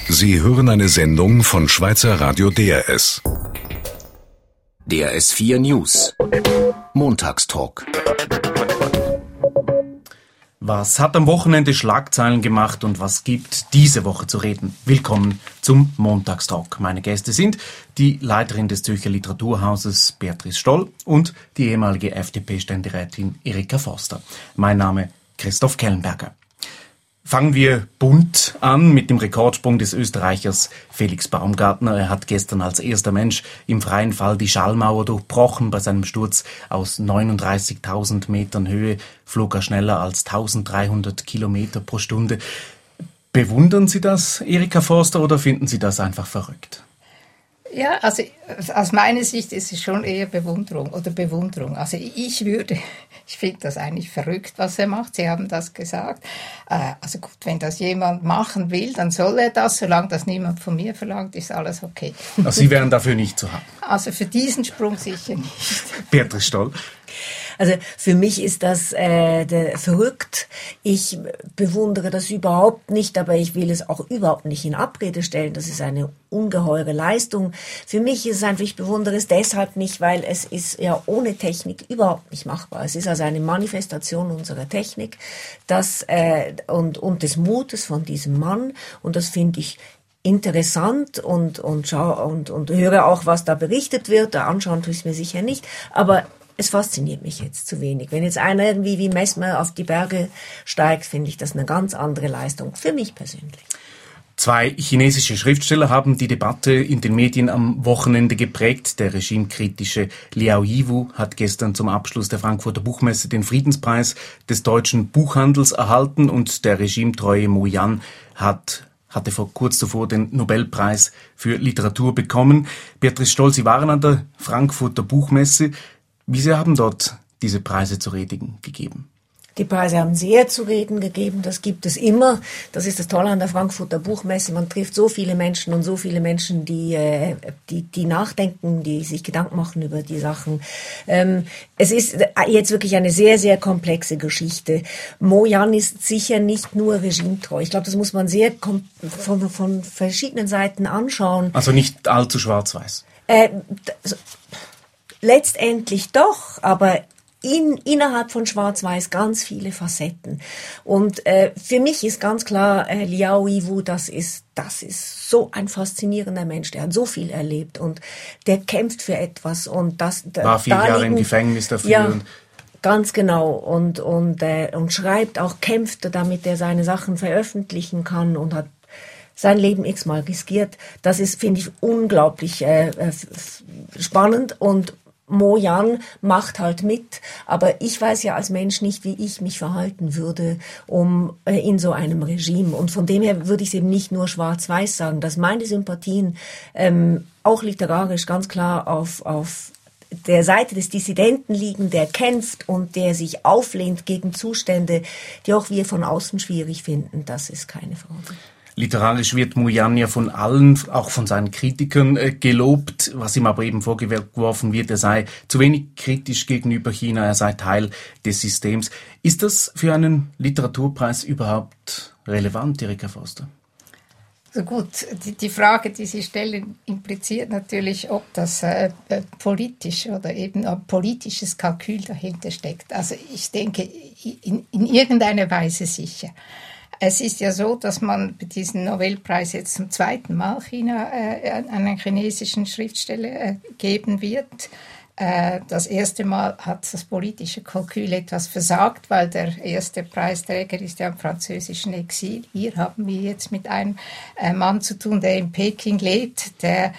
Sie hören eine Sendung von Schweizer Radio DRS. DRS 4 News. Montagstalk. Was hat am Wochenende Schlagzeilen gemacht und was gibt diese Woche zu reden? Willkommen zum Montagstalk. Meine Gäste sind die Leiterin des Zürcher Literaturhauses Beatrice Stoll und die ehemalige FDP-Ständerätin Erika Foster. Mein Name Christoph Kellenberger. Fangen wir bunt an mit dem Rekordsprung des Österreichers Felix Baumgartner. Er hat gestern als erster Mensch im freien Fall die Schallmauer durchbrochen. Bei seinem Sturz aus 39.000 Metern Höhe flog er schneller als 1300 Kilometer pro Stunde. Bewundern Sie das, Erika Foster, oder finden Sie das einfach verrückt? Ja, also aus meiner Sicht ist es schon eher Bewunderung. Also ich finde das eigentlich verrückt, was er macht. Sie haben das gesagt. Also gut, wenn das jemand machen will, dann soll er das. Solange das niemand von mir verlangt, ist alles okay. Also Sie wären dafür nicht zu haben? Also für diesen Sprung sicher nicht. Beatrice Stoll. Also für mich ist das verrückt. Ich bewundere das überhaupt nicht, aber ich will es auch überhaupt nicht in Abrede stellen. Das ist eine ungeheure Leistung. Für mich ist es einfach, ich bewundere es deshalb nicht, weil es ist ja ohne Technik überhaupt nicht machbar. Es ist also eine Manifestation unserer Technik und des Mutes von diesem Mann. Und das finde ich interessant und höre auch, was da berichtet wird. Da anschauen tue ich es mir sicher nicht. Aber es fasziniert mich jetzt zu wenig. Wenn jetzt einer irgendwie wie Messmer auf die Berge steigt, finde ich das eine ganz andere Leistung. Für mich persönlich. 2 chinesische Schriftsteller haben die Debatte in den Medien am Wochenende geprägt. Der regimekritische Liao Yiwu hat gestern zum Abschluss der Frankfurter Buchmesse den Friedenspreis des deutschen Buchhandels erhalten und der regimetreue Mo Yan hatte kurz zuvor den Nobelpreis für Literatur bekommen. Beatrice Stoll, Sie waren an der Frankfurter Buchmesse. Wie sehr haben dort diese Preise zu reden gegeben? Die Preise haben sehr zu reden gegeben, das gibt es immer. Das ist das Tolle an der Frankfurter Buchmesse. Man trifft so viele Menschen und so viele Menschen, die nachdenken, die sich Gedanken machen über die Sachen. Es ist jetzt wirklich eine sehr, sehr komplexe Geschichte. Mo Yan ist sicher nicht nur regimetreu. Ich glaube, das muss man sehr von verschiedenen Seiten anschauen. Also nicht allzu schwarz-weiß. Letztendlich doch, aber innerhalb von Schwarz-Weiß ganz viele Facetten. Und für mich ist ganz klar, Liao Yiwu, das ist so ein faszinierender Mensch, der hat so viel erlebt und der kämpft für etwas. Und das war 4 Jahre im Gefängnis dafür. Ja, ganz genau. Und schreibt auch, kämpft, damit er seine Sachen veröffentlichen kann und hat sein Leben x-mal riskiert. Das ist, finde ich, unglaublich spannend und Mo Yan macht halt mit, aber ich weiß ja als Mensch nicht, wie ich mich verhalten würde in so einem Regime. Und von dem her würde ich es eben nicht nur schwarz-weiß sagen, dass meine Sympathien auch literarisch ganz klar auf der Seite des Dissidenten liegen, der kämpft und der sich auflehnt gegen Zustände, die auch wir von außen schwierig finden. Das ist keine Frage. Literarisch wird Mo Yan ja von allen, auch von seinen Kritikern, gelobt, was ihm aber eben vorgeworfen wird, er sei zu wenig kritisch gegenüber China, er sei Teil des Systems. Ist das für einen Literaturpreis überhaupt relevant, Erika Foster? So gut, die Frage, die Sie stellen, impliziert natürlich, ob das politisch oder eben ein politisches Kalkül dahinter steckt. Also ich denke, in irgendeiner Weise sicher. Es ist ja so, dass man diesen Nobelpreis jetzt zum 2. Mal einen chinesischen Schriftsteller geben wird. Das erste Mal hat das politische Kalkül etwas versagt, weil der erste Preisträger ist ja im französischen Exil. Hier haben wir jetzt mit einem Mann zu tun, der in Peking lebt, der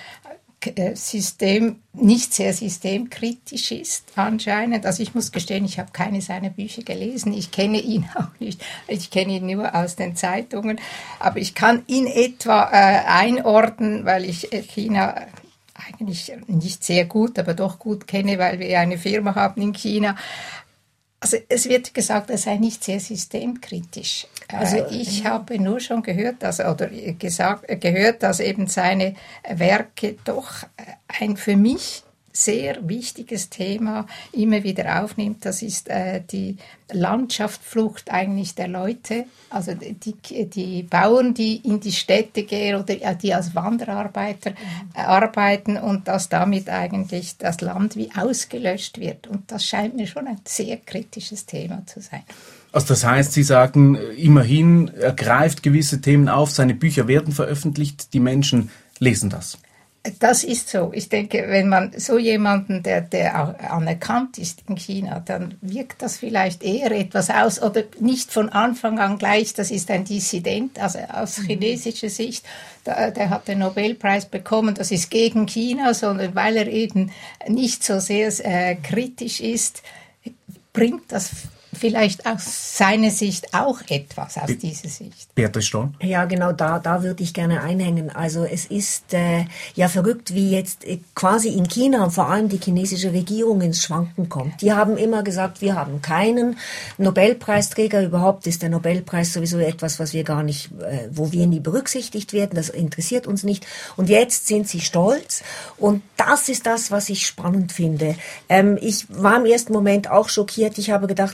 nicht sehr systemkritisch ist anscheinend. Also ich muss gestehen, ich habe keine seiner Bücher gelesen. Ich kenne ihn auch nicht. Ich kenne ihn nur aus den Zeitungen. Aber ich kann ihn etwa einordnen, weil ich China eigentlich nicht sehr gut, aber doch gut kenne, weil wir eine Firma haben in China. Also es wird gesagt, er sei nicht sehr systemkritisch. Also ich habe nur schon gehört, dass eben seine Werke doch für mich sehr wichtiges Thema immer wieder aufnimmt. Das ist die Landschaftsflucht eigentlich der Leute, also die Bauern, die in die Städte gehen oder die als Wanderarbeiter arbeiten und dass damit eigentlich das Land wie ausgelöscht wird. Und das scheint mir schon ein sehr kritisches Thema zu sein. Also das heißt, Sie sagen, immerhin, er greift gewisse Themen auf, seine Bücher werden veröffentlicht, die Menschen lesen das. Das ist so. Ich denke, wenn man so jemanden, der auch anerkannt ist in China, dann wirkt das vielleicht eher etwas aus oder nicht von Anfang an gleich, das ist ein Dissident, also aus chinesischer Sicht, der hat den Nobelpreis bekommen, das ist gegen China, sondern weil er eben nicht so sehr kritisch ist, bringt das vielleicht aus seiner Sicht auch etwas, aus dieser Sicht. Beatrice Stoll? Ja, genau, da würde ich gerne einhängen. Also es ist ja verrückt, wie jetzt quasi in China vor allem die chinesische Regierung ins Schwanken kommt. Die haben immer gesagt, wir haben keinen Nobelpreisträger. Überhaupt ist der Nobelpreis sowieso etwas, was wir gar nicht, wo wir nie berücksichtigt werden. Das interessiert uns nicht. Und jetzt sind sie stolz. Und das ist das, was ich spannend finde. Ich war im ersten Moment auch schockiert. Ich habe gedacht,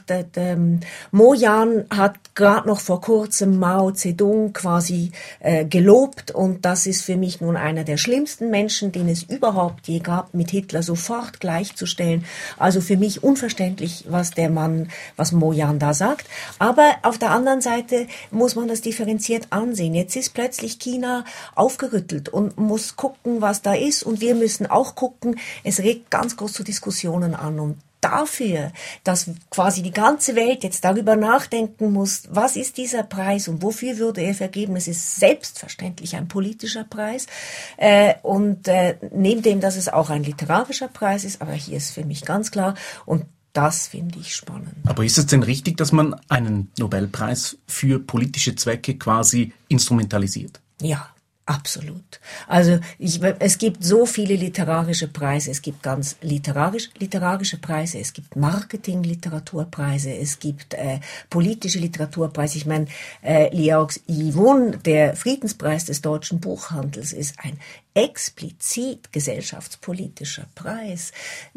Mo Yan hat gerade noch vor kurzem Mao Zedong quasi gelobt und das ist für mich nun einer der schlimmsten Menschen, den es überhaupt je gab, mit Hitler sofort gleichzustellen. Also für mich unverständlich, was Mo Yan da sagt. Aber auf der anderen Seite muss man das differenziert ansehen. Jetzt ist plötzlich China aufgerüttelt und muss gucken, was da ist und wir müssen auch gucken. Es regt ganz groß zu Diskussionen an und dafür, dass quasi die ganze Welt jetzt darüber nachdenken muss, was ist dieser Preis und wofür würde er vergeben. Es ist selbstverständlich ein politischer Preis und neben dem, dass es auch ein literarischer Preis ist, aber hier ist für mich ganz klar und das finde ich spannend. Aber ist es denn richtig, dass man einen Nobelpreis für politische Zwecke quasi instrumentalisiert? Ja. Absolut. Also es gibt so viele literarische Preise. Es gibt ganz literarische Preise. Es gibt Marketing-Literaturpreise. Es gibt politische Literaturpreise. Ich meine, Liao Yivun, der Friedenspreis des deutschen Buchhandels, ist ein explizit gesellschaftspolitischer Preis,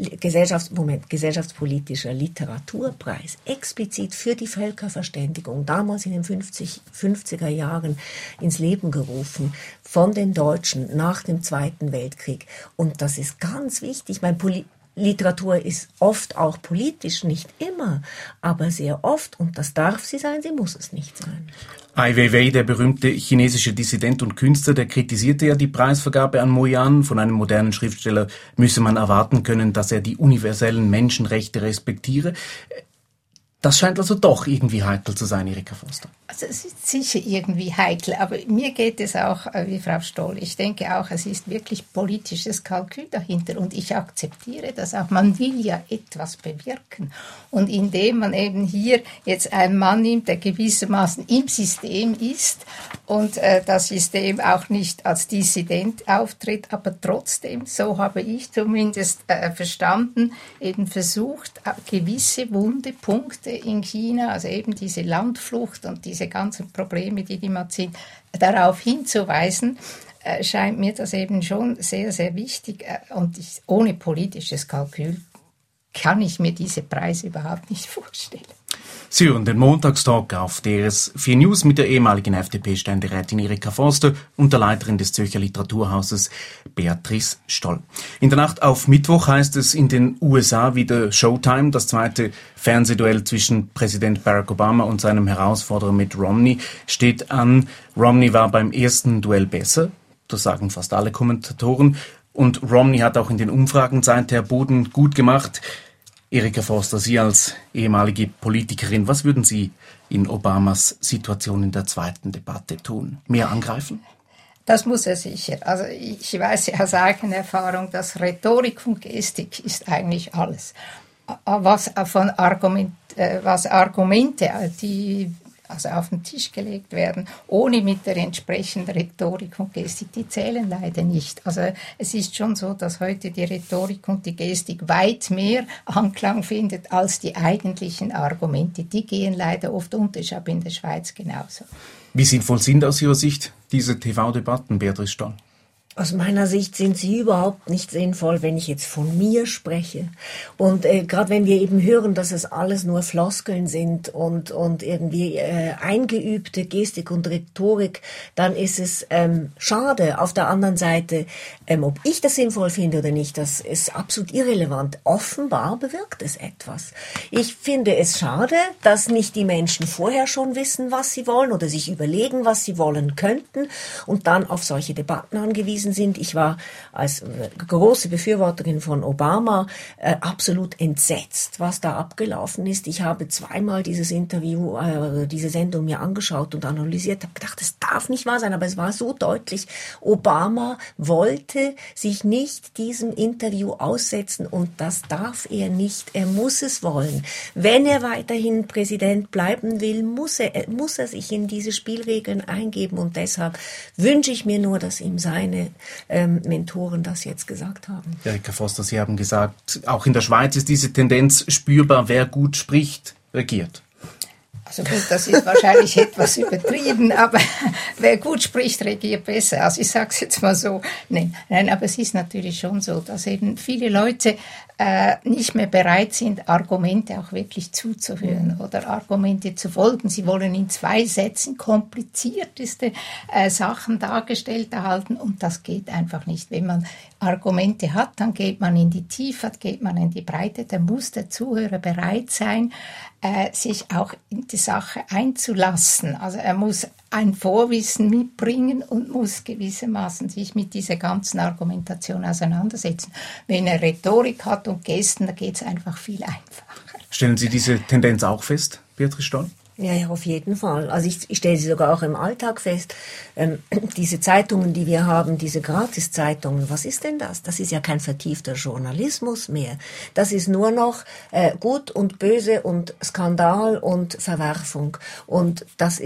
gesellschaftspolitischer Literaturpreis, explizit für die Völkerverständigung, damals in den 50er Jahren ins Leben gerufen, von den Deutschen nach dem Zweiten Weltkrieg. Und das ist ganz wichtig. Literatur ist oft auch politisch, nicht immer, aber sehr oft. Und das darf sie sein, sie muss es nicht sein. Ai Weiwei, der berühmte chinesische Dissident und Künstler, der kritisierte ja die Preisvergabe an Mo Yan. Von einem modernen Schriftsteller müsse man erwarten können, dass er die universellen Menschenrechte respektiere. Das scheint also doch irgendwie heikel zu sein, Erika Foster. Also es ist sicher irgendwie heikel, aber mir geht es auch wie Frau Stoll. Ich denke auch, es ist wirklich politisches Kalkül dahinter und ich akzeptiere das auch. Man will ja etwas bewirken und indem man eben hier jetzt einen Mann nimmt, der gewissermaßen im System ist und das System auch nicht als Dissident auftritt, aber trotzdem, so habe ich zumindest verstanden, eben versucht, gewisse wunde Punkte in China, also eben diese Landflucht und diese ganzen Probleme, die man sieht, darauf hinzuweisen, scheint mir das eben schon sehr, sehr wichtig. Und ohne politisches Kalkül kann ich mir diese Preise überhaupt nicht vorstellen. Sie hören den Montagstalk auf DRS4 News mit der ehemaligen FDP-Ständerätin Erika Foster und der Leiterin des Zürcher Literaturhauses Beatrice Stoll. In der Nacht auf Mittwoch heißt es in den USA wieder Showtime. Das zweite Fernsehduell zwischen Präsident Barack Obama und seinem Herausforderer Mitt Romney steht an. Romney war beim ersten Duell besser, das sagen fast alle Kommentatoren. Und Romney hat auch in den Umfragen seither Boden gut gemacht. Erika Foster, Sie als ehemalige Politikerin, was würden Sie in Obamas Situation in der zweiten Debatte tun? Mehr angreifen? Das muss er sicher. Also ich weiß ja aus eigener Erfahrung, dass Rhetorik und Gestik ist eigentlich alles. Was Argumente, die also auf den Tisch gelegt werden, ohne mit der entsprechenden Rhetorik und Gestik, die zählen leider nicht. Also es ist schon so, dass heute die Rhetorik und die Gestik weit mehr Anklang findet als die eigentlichen Argumente. Die gehen leider oft unter, ich habe in der Schweiz genauso. Wie sinnvoll sind aus Ihrer Sicht diese TV-Debatten, Beatrice Stoll? Aus meiner Sicht sind sie überhaupt nicht sinnvoll, wenn ich jetzt von mir spreche. Und gerade wenn wir eben hören, dass es alles nur Floskeln sind und irgendwie eingeübte Gestik und Rhetorik, dann ist es schade. Auf der anderen Seite, ob ich das sinnvoll finde oder nicht, das ist absolut irrelevant. Offenbar bewirkt es etwas. Ich finde es schade, dass nicht die Menschen vorher schon wissen, was sie wollen oder sich überlegen, was sie wollen könnten und dann auf solche Debatten angewiesen sind. Ich war als große Befürworterin von Obama absolut entsetzt, was da abgelaufen ist. Ich habe zweimal dieses Interview, diese Sendung mir angeschaut und analysiert, habe gedacht, das darf nicht wahr sein, aber es war so deutlich. Obama wollte sich nicht diesem Interview aussetzen und das darf er nicht. Er muss es wollen. Wenn er weiterhin Präsident bleiben will, muss er sich in diese Spielregeln eingeben und deshalb wünsche ich mir nur, dass ihm seine Mentoren das jetzt gesagt haben. Erika Foster, Sie haben gesagt, auch in der Schweiz ist diese Tendenz spürbar, wer gut spricht, regiert. Also gut, das ist wahrscheinlich etwas übertrieben, aber wer gut spricht, regiert besser. Also ich sage es jetzt mal so. Nein, aber es ist natürlich schon so, dass eben viele Leute nicht mehr bereit sind, Argumente auch wirklich zuzuhören oder Argumente zu folgen. Sie wollen in 2 Sätzen komplizierteste Sachen dargestellt erhalten und das geht einfach nicht. Wenn man Argumente hat, dann geht man in die Tiefe, geht man in die Breite, dann muss der Zuhörer bereit sein, sich auch in die Sache einzulassen. Also er muss ein Vorwissen mitbringen und muss gewissermaßen sich mit dieser ganzen Argumentation auseinandersetzen. Wenn er Rhetorik hat und Gesten, da geht es einfach viel einfacher. Stellen Sie diese Tendenz auch fest, Beatrice Stoll? Ja, auf jeden Fall. Also ich stelle sie sogar auch im Alltag fest. Diese Zeitungen, die wir haben, diese Gratiszeitungen, was ist denn das? Das ist ja kein vertiefter Journalismus mehr. Das ist nur noch Gut und Böse und Skandal und Verwerfung. Und das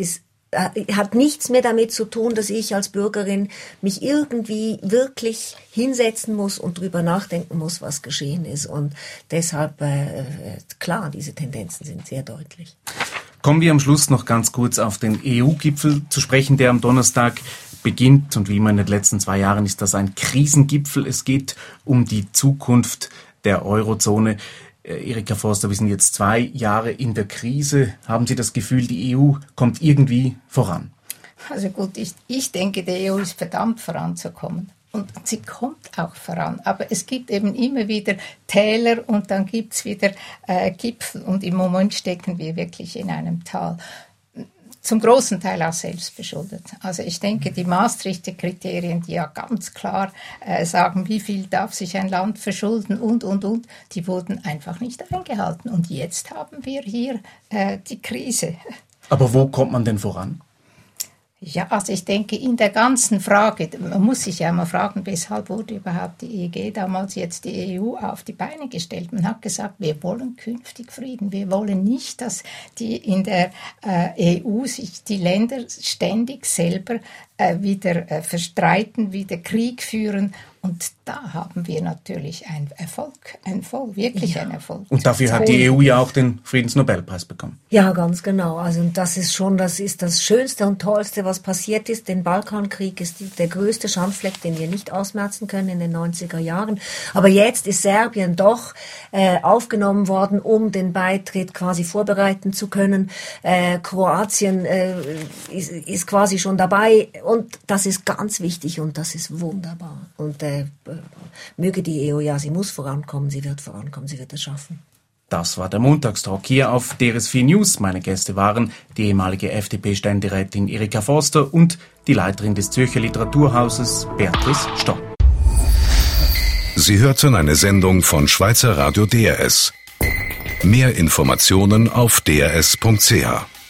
hat nichts mehr damit zu tun, dass ich als Bürgerin mich irgendwie wirklich hinsetzen muss und drüber nachdenken muss, was geschehen ist. Und deshalb, klar, diese Tendenzen sind sehr deutlich. Kommen wir am Schluss noch ganz kurz auf den EU-Gipfel zu sprechen, der am Donnerstag beginnt. Und wie immer in den letzten 2 Jahren ist das ein Krisengipfel. Es geht um die Zukunft der Eurozone. Erika Foster, wir sind jetzt 2 Jahre in der Krise. Haben Sie das Gefühl, die EU kommt irgendwie voran? Also gut, ich denke, die EU ist verdammt voranzukommen. Und sie kommt auch voran. Aber es gibt eben immer wieder Täler und dann gibt es wieder Gipfel. Und im Moment stecken wir wirklich in einem Tal. Zum großen Teil auch selbst verschuldet. Also ich denke, die Maastrichter Kriterien, die ja ganz klar sagen, wie viel darf sich ein Land verschulden und, die wurden einfach nicht eingehalten. Und jetzt haben wir hier die Krise. Aber wo kommt man denn voran? Ja, also ich denke, in der ganzen Frage, man muss sich ja mal fragen, weshalb wurde überhaupt die EG, damals jetzt die EU, auf die Beine gestellt. Man hat gesagt, wir wollen künftig Frieden. Wir wollen nicht, dass die in der EU sich die Länder ständig selber wieder verstreiten, wieder Krieg führen. Und da haben wir natürlich einen Erfolg, wirklich einen Erfolg. Und dafür hat die EU ja auch den Friedensnobelpreis bekommen. Ja, ganz genau. Also das ist das Schönste und Tollste, was passiert ist. Der Balkankrieg ist der größte Schandfleck, den wir nicht ausmerzen können in den 90er Jahren. Aber jetzt ist Serbien doch aufgenommen worden, um den Beitritt quasi vorbereiten zu können. Kroatien ist quasi schon dabei. Und das ist ganz wichtig und das ist wunderbar. Und möge die EU, ja, sie muss vorankommen, sie wird vorankommen, sie wird es schaffen. Das war der Montagstalk hier auf DRS4 News. Meine Gäste waren die ehemalige FDP-Ständerätin Erika Foster und die Leiterin des Zürcher Literaturhauses Beatrice Stoll. Sie hörten eine Sendung von Schweizer Radio DRS. Mehr Informationen auf drs.ch.